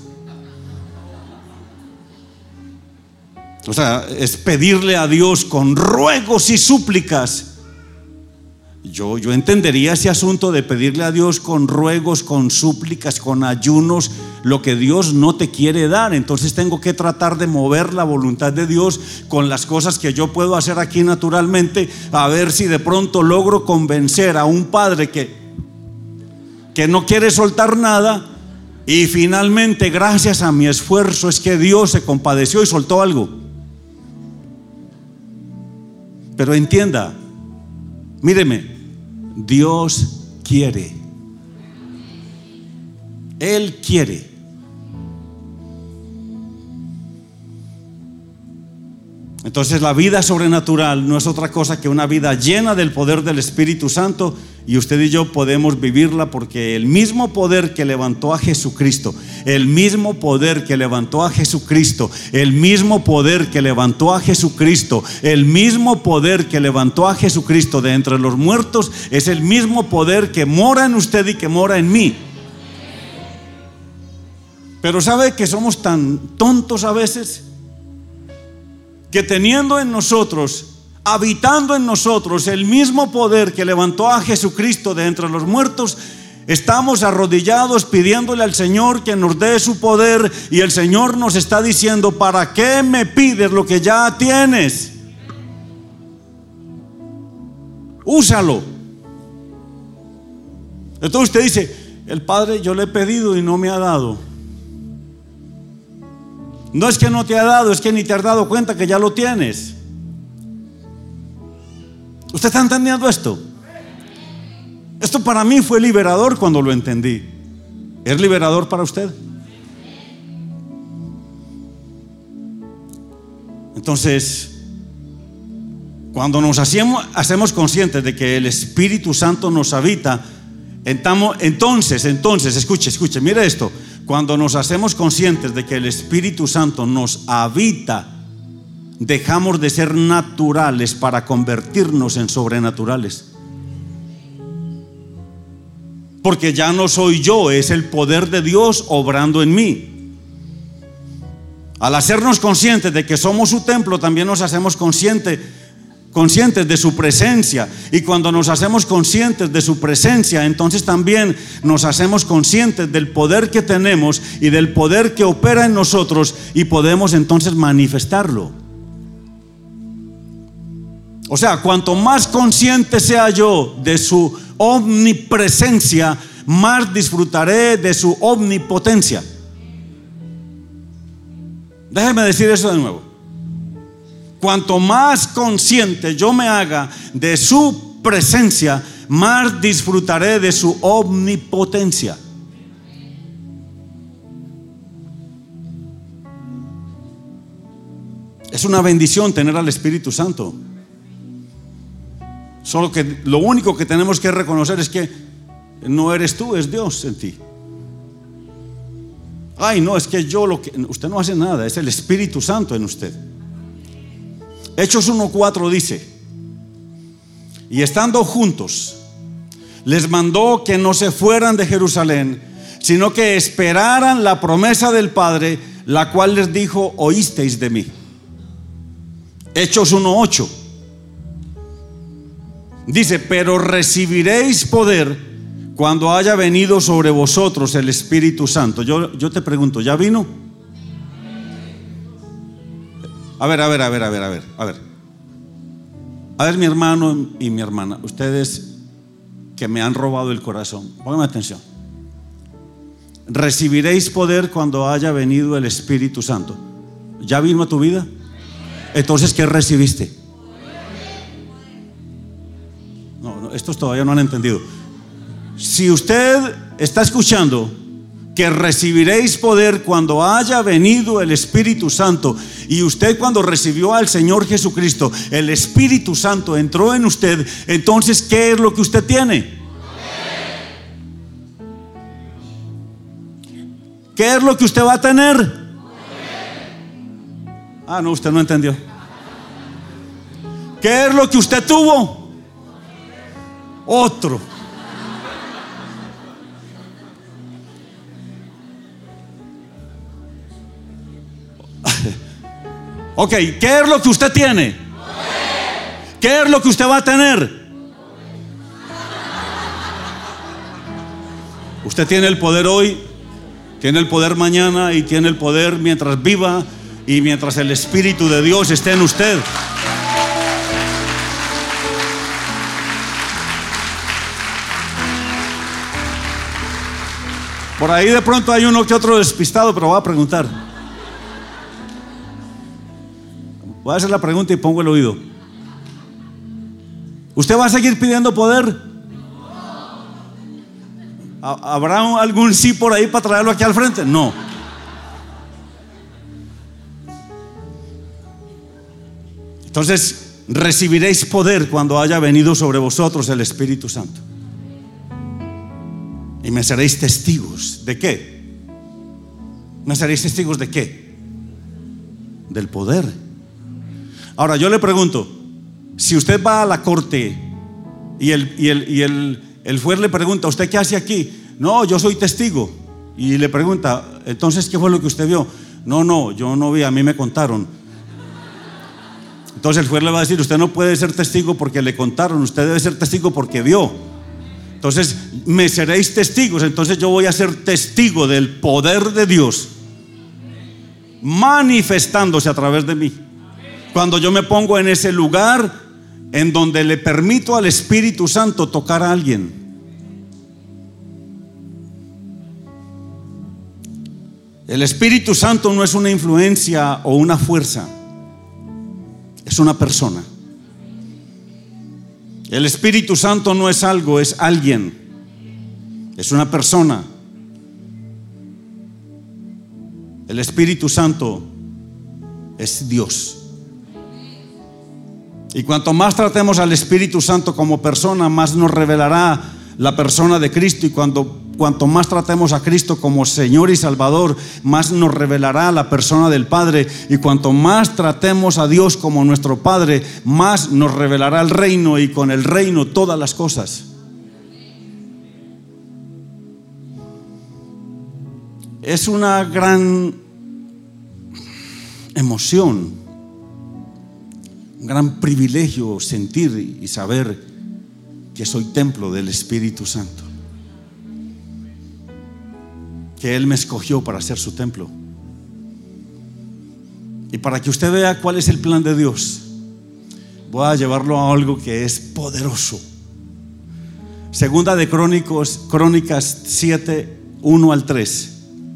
O sea, es pedirle a Dios con ruegos y súplicas. Yo entendería ese asunto de pedirle a Dios con ruegos, con súplicas, con ayunos, lo que Dios no te quiere dar. Entonces tengo que tratar de mover la voluntad de Dios con las cosas que yo puedo hacer aquí naturalmente, a ver si de pronto logro convencer a un padre que no quiere soltar nada, y finalmente gracias a mi esfuerzo es que Dios se compadeció y soltó algo. Pero entienda, míreme, Dios quiere. Él quiere. Entonces la vida sobrenatural no es otra cosa que una vida llena del poder del Espíritu Santo, y usted y yo podemos vivirla porque el mismo poder que levantó a Jesucristo, el mismo poder que levantó a Jesucristo, el mismo poder que levantó a Jesucristo, el mismo poder que levantó a Jesucristo de entre los muertos, es el mismo poder que mora en usted y que mora en mí. Pero ¿sabe que somos tan tontos a veces? Que teniendo en nosotros, habitando en nosotros el mismo poder que levantó a Jesucristo de entre los muertos, estamos arrodillados pidiéndole al Señor que nos dé su poder, y el Señor nos está diciendo, ¿para qué me pides lo que ya tienes? Úsalo. Entonces usted dice, el Padre yo le he pedido y no me ha dado. No es que no te ha dado, es que ni te has dado cuenta que ya lo tienes. ¿Usted está entendiendo esto? Esto para mí fue liberador cuando lo entendí. ¿Es liberador para usted? Entonces, cuando nos hacemos conscientes de que el Espíritu Santo nos habita, entonces, escuche, mire esto. Cuando nos hacemos conscientes de que el Espíritu Santo nos habita, dejamos de ser naturales para convertirnos en sobrenaturales. Porque ya no soy yo, es el poder de Dios obrando en mí. Al hacernos conscientes de que somos su templo, también nos hacemos conscientes de su presencia. Y cuando nos hacemos conscientes de su presencia, entonces también nos hacemos conscientes del poder que tenemos y del poder que opera en nosotros, y podemos entonces manifestarlo. O sea, cuanto más consciente sea yo de su omnipresencia, más disfrutaré de su omnipotencia. Déjeme decir eso de nuevo. Cuanto más consciente yo me haga de su presencia, más disfrutaré de su omnipotencia. Es una bendición tener al Espíritu Santo. Solo que lo único que tenemos que reconocer es que no eres tú, es Dios en ti. Ay, no, es que usted no hace nada, es el Espíritu Santo en usted. Hechos 1:4 dice: y estando juntos, les mandó que no se fueran de Jerusalén, sino que esperaran la promesa del Padre, la cual les dijo: oísteis de mí. Hechos 1:8 dice: pero recibiréis poder cuando haya venido sobre vosotros el Espíritu Santo. Yo te pregunto, ¿ya vino? A ver, mi hermano y mi hermana, ustedes que me han robado el corazón, pónganme atención. Recibiréis poder cuando haya venido el Espíritu Santo. ¿Ya vino a tu vida? Entonces, ¿qué recibiste? No, estos todavía no han entendido. Si usted está escuchando que recibiréis poder cuando haya venido el Espíritu Santo, y usted cuando recibió al Señor Jesucristo, el Espíritu Santo entró en usted, entonces ¿qué es lo que usted tiene? ¿Qué es lo que usted va a tener? Ah, no, usted no entendió. ¿Qué es lo que usted tuvo? Otro. Ok, ¿qué es lo que usted tiene? ¿Qué es lo que usted va a tener? Usted tiene el poder hoy, tiene el poder mañana y tiene el poder mientras viva y mientras el Espíritu de Dios esté en usted. Por ahí de pronto hay uno que otro despistado, pero voy a preguntar. Voy a hacer la pregunta y pongo el oído. ¿Usted va a seguir pidiendo poder? ¿Habrá algún sí por ahí para traerlo aquí al frente? No. Entonces, recibiréis poder cuando haya venido sobre vosotros el Espíritu Santo. Y me seréis testigos. ¿De qué? ¿Me seréis testigos de qué? Del poder. Ahora yo le pregunto, si usted va a la corte y el juez le pregunta: ¿usted qué hace aquí? No, yo soy testigo. Y le pregunta: entonces, ¿qué fue lo que usted vio? No, yo no vi, a mí me contaron. Entonces el juez le va a decir: usted no puede ser testigo porque le contaron, usted debe ser testigo porque vio. Entonces, me seréis testigos. Entonces yo voy a ser testigo del poder de Dios manifestándose a través de mí. Cuando yo me pongo en ese lugar en donde le permito al Espíritu Santo tocar a alguien. El Espíritu Santo no es una influencia o una fuerza, es una persona. El Espíritu Santo no es algo, es alguien, es una persona. El Espíritu Santo es Dios. Y cuanto más tratemos al Espíritu Santo como persona, más nos revelará la persona de Cristo. Y cuanto más tratemos a Cristo como Señor y Salvador, más nos revelará la persona del Padre. Y cuanto más tratemos a Dios como nuestro Padre, más nos revelará el reino, y con el reino todas las cosas. Es una gran emoción, un gran privilegio sentir y saber que soy templo del Espíritu Santo, que Él me escogió para ser su templo. Y para que usted vea cuál es el plan de Dios, voy a llevarlo a algo que es poderoso. Segunda de Crónicas 7, 1 al 3.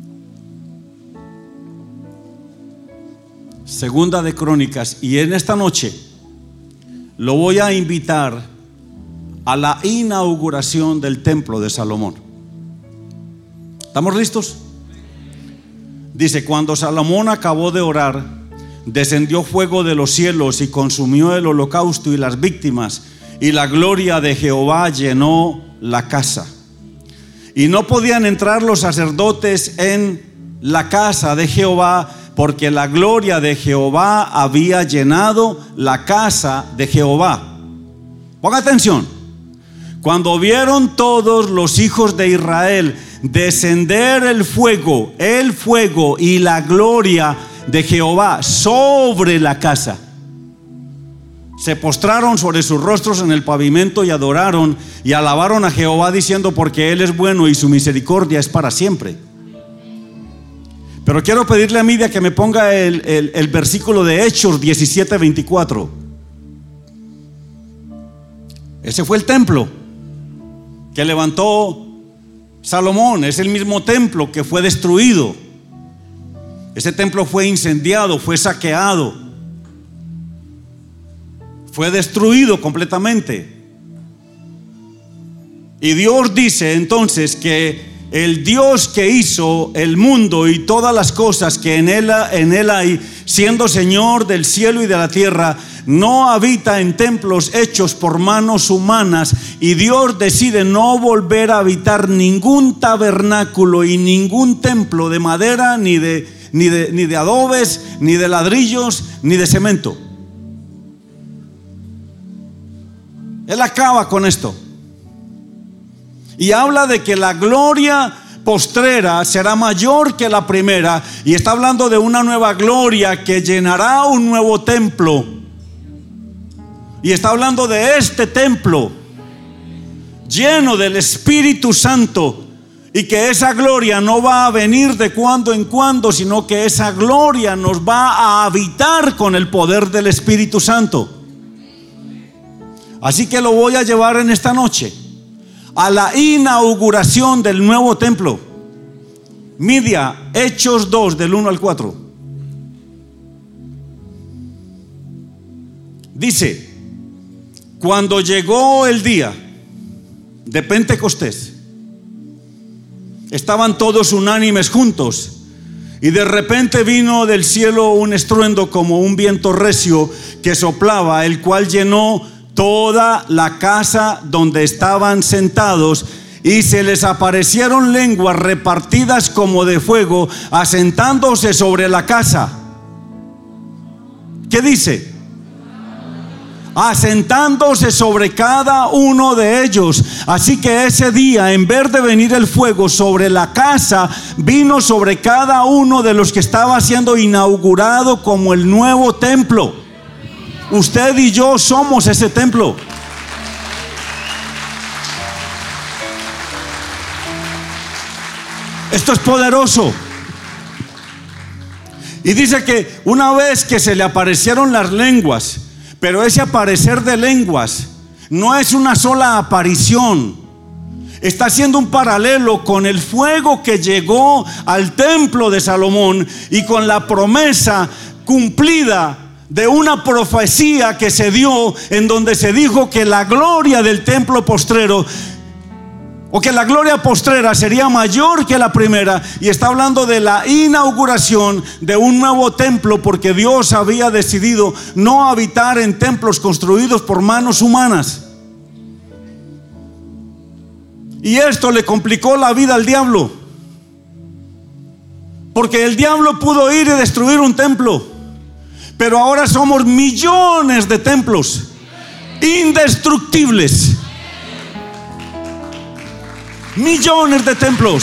Segunda de Crónicas. Y en esta noche lo voy a invitar a la inauguración del templo de Salomón. ¿Estamos listos? Dice: cuando Salomón acabó de orar, descendió fuego de los cielos y consumió el holocausto y las víctimas, y la gloria de Jehová llenó la casa. Y no podían entrar los sacerdotes en la casa de Jehová, porque la gloria de Jehová había llenado la casa de Jehová. Ponga atención. Cuando vieron todos los hijos de Israel descender el fuego y la gloria de Jehová sobre la casa, se postraron sobre sus rostros en el pavimento y adoraron y alabaron a Jehová, diciendo: porque Él es bueno y su misericordia es para siempre. Pero quiero pedirle a Midia que me ponga el versículo de Hechos 17, 24. Ese fue el templo que levantó Salomón. Es el mismo templo que fue destruido. Ese templo fue incendiado, fue saqueado, fue destruido completamente. Y Dios dice entonces que el Dios que hizo el mundo y todas las cosas que en él hay, siendo Señor del cielo y de la tierra, no habita en templos hechos por manos humanas. Y Dios decide no volver a habitar ningún tabernáculo y ningún templo de madera, ni de adobes, ni de ladrillos, ni de cemento. Él acaba con esto. Y habla de que la gloria postrera será mayor que la primera. Y está hablando de una nueva gloria que llenará un nuevo templo. Y está hablando de este templo lleno del Espíritu Santo. Y que esa gloria no va a venir de cuando en cuando, sino que esa gloria nos va a habitar con el poder del Espíritu Santo. Así que lo voy a llevar en esta noche a la inauguración del nuevo templo. Midia, Hechos 2, del 1 al 4. Dice: cuando llegó el día de Pentecostés, estaban todos unánimes juntos, y de repente vino del cielo un estruendo como un viento recio que soplaba, el cual llenó toda la casa donde estaban sentados, y se les aparecieron lenguas repartidas como de fuego, asentándose sobre la casa. ¿Qué dice? Asentándose sobre cada uno de ellos. Así que ese día, en vez de venir el fuego sobre la casa, vino sobre cada uno de los que estaba siendo inaugurado como el nuevo templo. Usted y yo somos ese templo. Esto es poderoso. Y dice que una vez que se le aparecieron las lenguas, pero ese aparecer de lenguas no es una sola aparición. está haciendo un paralelo con el fuego que llegó al templo de Salomón y con la promesa cumplida de una profecía que se dio, en donde se dijo que la gloria del templo postrero, o que la gloria postrera, sería mayor que la primera. Y está hablando de la inauguración de un nuevo templo, porque Dios había decidido no habitar en templos construidos por manos humanas. Y esto le complicó la vida al diablo, porque el diablo pudo ir y destruir un templo, pero ahora somos millones de templos indestructibles. Millones de templos.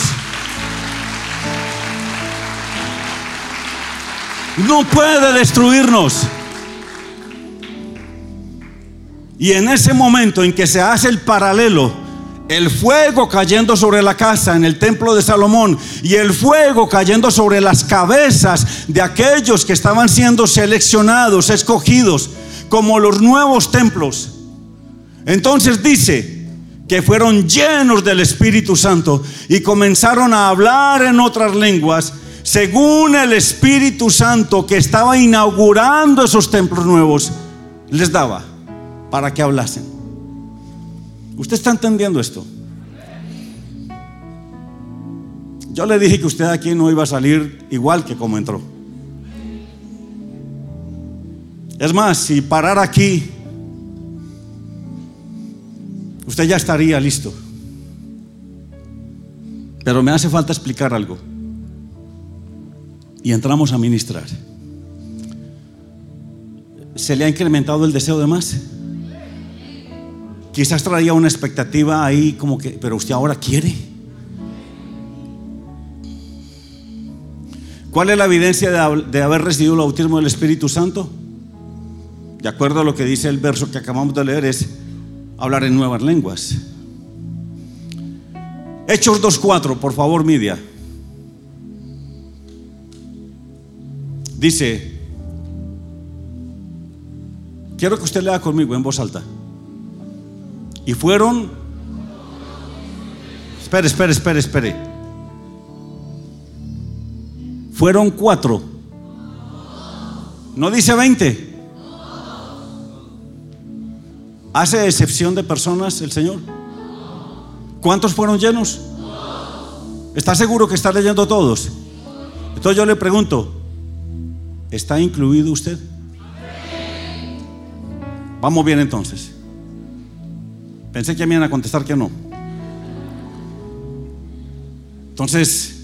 No puede destruirnos. Y en ese momento en que se hace el paralelo, el fuego cayendo sobre la casa en el templo de Salomón y el fuego cayendo sobre las cabezas de aquellos que estaban siendo seleccionados, escogidos como los nuevos templos, entonces dice que fueron llenos del Espíritu Santo y comenzaron a hablar en otras lenguas, según el Espíritu Santo que estaba inaugurando esos templos nuevos les daba para que hablasen. ¿Usted está entendiendo esto? Yo le dije que usted aquí no iba a salir igual que como entró. Es más, si parara aquí, usted ya estaría listo. Pero me hace falta explicar algo. Y entramos a ministrar. ¿Se le ha incrementado el deseo de más? Quizás traía una expectativa ahí como que, pero usted ahora quiere. ¿Cuál es la evidencia de haber recibido el bautismo del Espíritu Santo? De acuerdo a lo que dice el verso que acabamos de leer, es hablar en nuevas lenguas. Hechos 2:4, por favor, Midia. Dice, quiero que usted lea conmigo en voz alta. Y fueron, espere. Fueron 4. No dice 20. ¿Hace excepción de personas el Señor? ¿Cuántos fueron llenos? ¿Está seguro que está leyendo todos? Entonces yo le pregunto, ¿está incluido usted? Vamos bien entonces. Pensé que me iban a contestar que no. Entonces,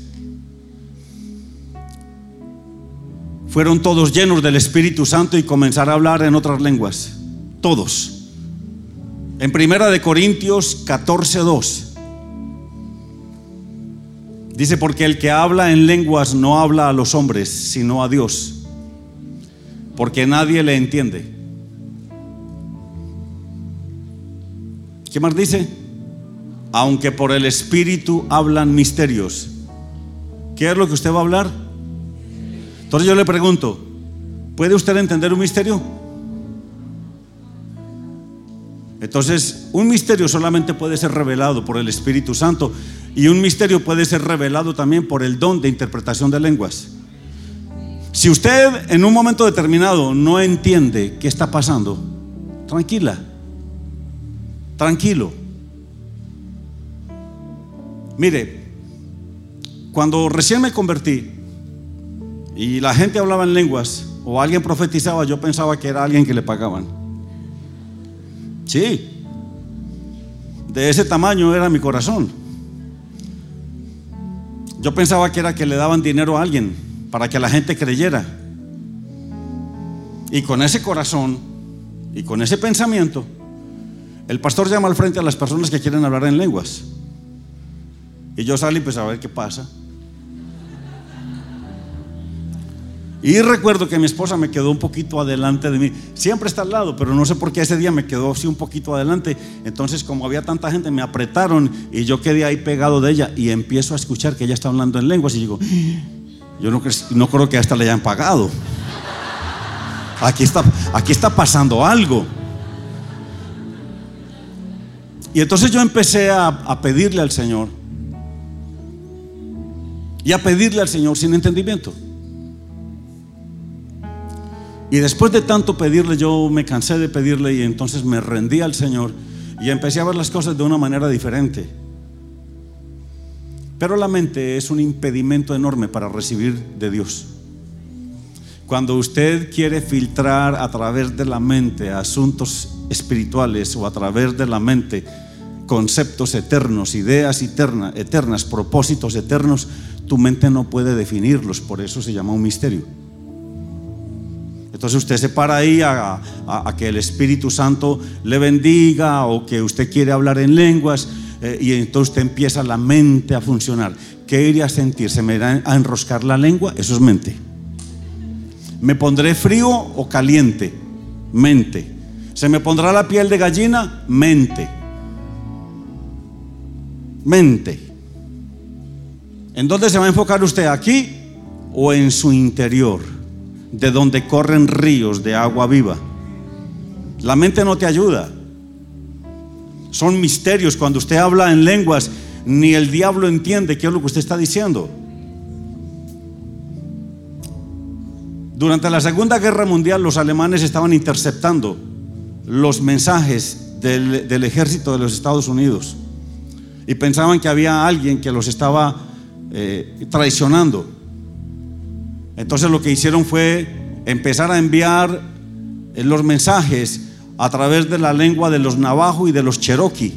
fueron todos llenos del Espíritu Santo y comenzaron a hablar en otras lenguas. Todos. En 1 Corintios 14:2 dice, porque el que habla en lenguas no habla a los hombres, sino a Dios, porque nadie le entiende. ¿Qué más dice? Aunque por el Espíritu hablan misterios. ¿Qué es lo que usted va a hablar? Entonces yo le pregunto, ¿puede usted entender un misterio? Entonces, un misterio solamente puede ser revelado por el Espíritu Santo, y un misterio puede ser revelado también por el don de interpretación de lenguas. Si usted en un momento determinado no entiende qué está pasando, tranquilo. Mire, cuando recién me convertí y la gente hablaba en lenguas o alguien profetizaba, yo pensaba que era alguien que le pagaban. Sí, de ese tamaño era mi corazón. Yo pensaba que era que le daban dinero a alguien para que la gente creyera. Y con ese corazón y con ese pensamiento, el pastor llama al frente a las personas que quieren hablar en lenguas. Y yo salí pues a ver qué pasa. Y recuerdo que mi esposa me quedó un poquito adelante de mí. Siempre está al lado, pero no sé por qué ese día me quedó así un poquito adelante. Entonces, como había tanta gente, me apretaron y yo quedé ahí pegado de ella. Y empiezo a escuchar que ella está hablando en lenguas. Y digo, yo no creo que hasta le hayan pagado. Aquí está pasando algo. Y entonces yo empecé a pedirle al Señor, y a pedirle al Señor sin entendimiento. Y después de tanto pedirle, yo me cansé de pedirle, y entonces me rendí al Señor y empecé a ver las cosas de una manera diferente. Pero la mente es un impedimento enorme para recibir de Dios. Cuando usted quiere filtrar a través de la mente asuntos espirituales, o a través de la mente conceptos eternos, ideas eternas, propósitos eternos, tu mente no puede definirlos. Por eso se llama un misterio. Entonces usted se para ahí a que el Espíritu Santo le bendiga, o que usted quiere hablar en lenguas, y entonces usted empieza la mente a funcionar. ¿Qué iría a sentir? ¿Se me irá a enroscar la lengua? Eso es mente. ¿Me pondré frío o caliente? Mente. ¿Se me pondrá la piel de gallina? Mente. Mente. ¿En dónde se va a enfocar usted? ¿Aquí o en su interior, de donde corren ríos de agua viva? La mente no te ayuda. Son misterios. Cuando usted habla en lenguas, ni el diablo entiende qué es lo que usted está diciendo. Durante la Segunda Guerra Mundial, los alemanes estaban interceptando los mensajes del ejército de los Estados Unidos, y pensaban que había alguien que los estaba traicionando. Entonces lo que hicieron fue empezar a enviar los mensajes a través de la lengua de los navajo y de los cherokee,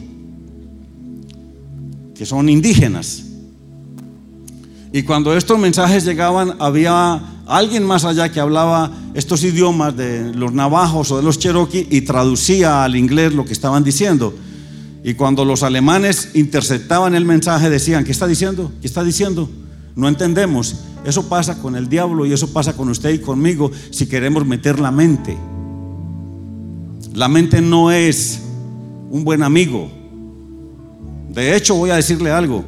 que son indígenas. Y cuando estos mensajes llegaban, había alguien más allá que hablaba estos idiomas de los navajos o de los cherokee, y traducía al inglés lo que estaban diciendo. Y cuando los alemanes interceptaban el mensaje, decían: ¿qué está diciendo? ¿Qué está diciendo? No entendemos. Eso pasa con el diablo, y eso pasa con usted y conmigo si queremos meter la mente. La mente no es un buen amigo. De hecho, voy a decirle algo.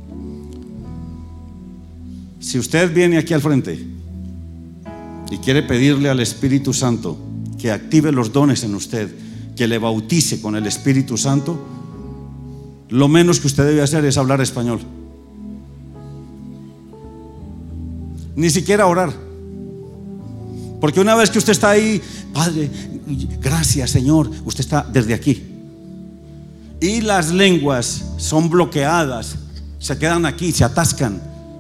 Si usted viene aquí al frente y quiere pedirle al Espíritu Santo que active los dones en usted, que le bautice con el Espíritu Santo, lo menos que usted debe hacer es hablar español. Ni siquiera orar. Porque una vez que usted está ahí: Padre, gracias Señor, usted está desde aquí, y las lenguas son bloqueadas, se quedan aquí, se atascan,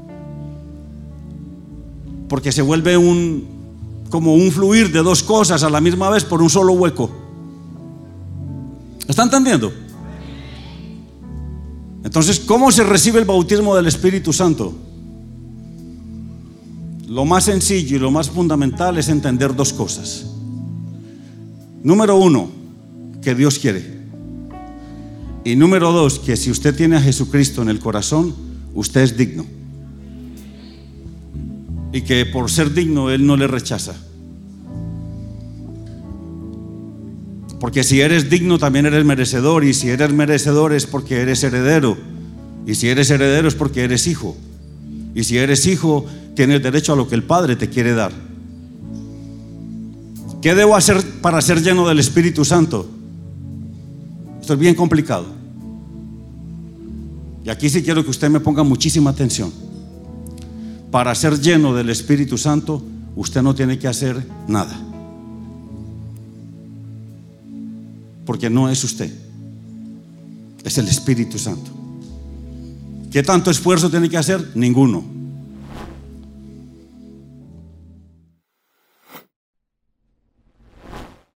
porque se vuelve como un fluir de dos cosas a la misma vez por un solo hueco. ¿Está entendiendo? Entonces, ¿cómo se recibe el bautismo del Espíritu Santo? Lo más sencillo y lo más fundamental es entender dos cosas. Número uno, que Dios quiere. Y número dos, que si usted tiene a Jesucristo en el corazón, usted es digno. Y que por ser digno, Él no le rechaza. Porque si eres digno, también eres merecedor. Y si eres merecedor, es porque eres heredero. Y si eres heredero, es porque eres hijo. Y si eres hijo, tienes derecho a lo que el Padre te quiere dar. ¿Qué debo hacer para ser lleno del Espíritu Santo? Esto es bien complicado. Y aquí sí quiero que usted me ponga muchísima atención. Para ser lleno del Espíritu Santo, usted no tiene que hacer nada. Porque no es usted, es el Espíritu Santo. ¿Qué tanto esfuerzo tiene que hacer? Ninguno.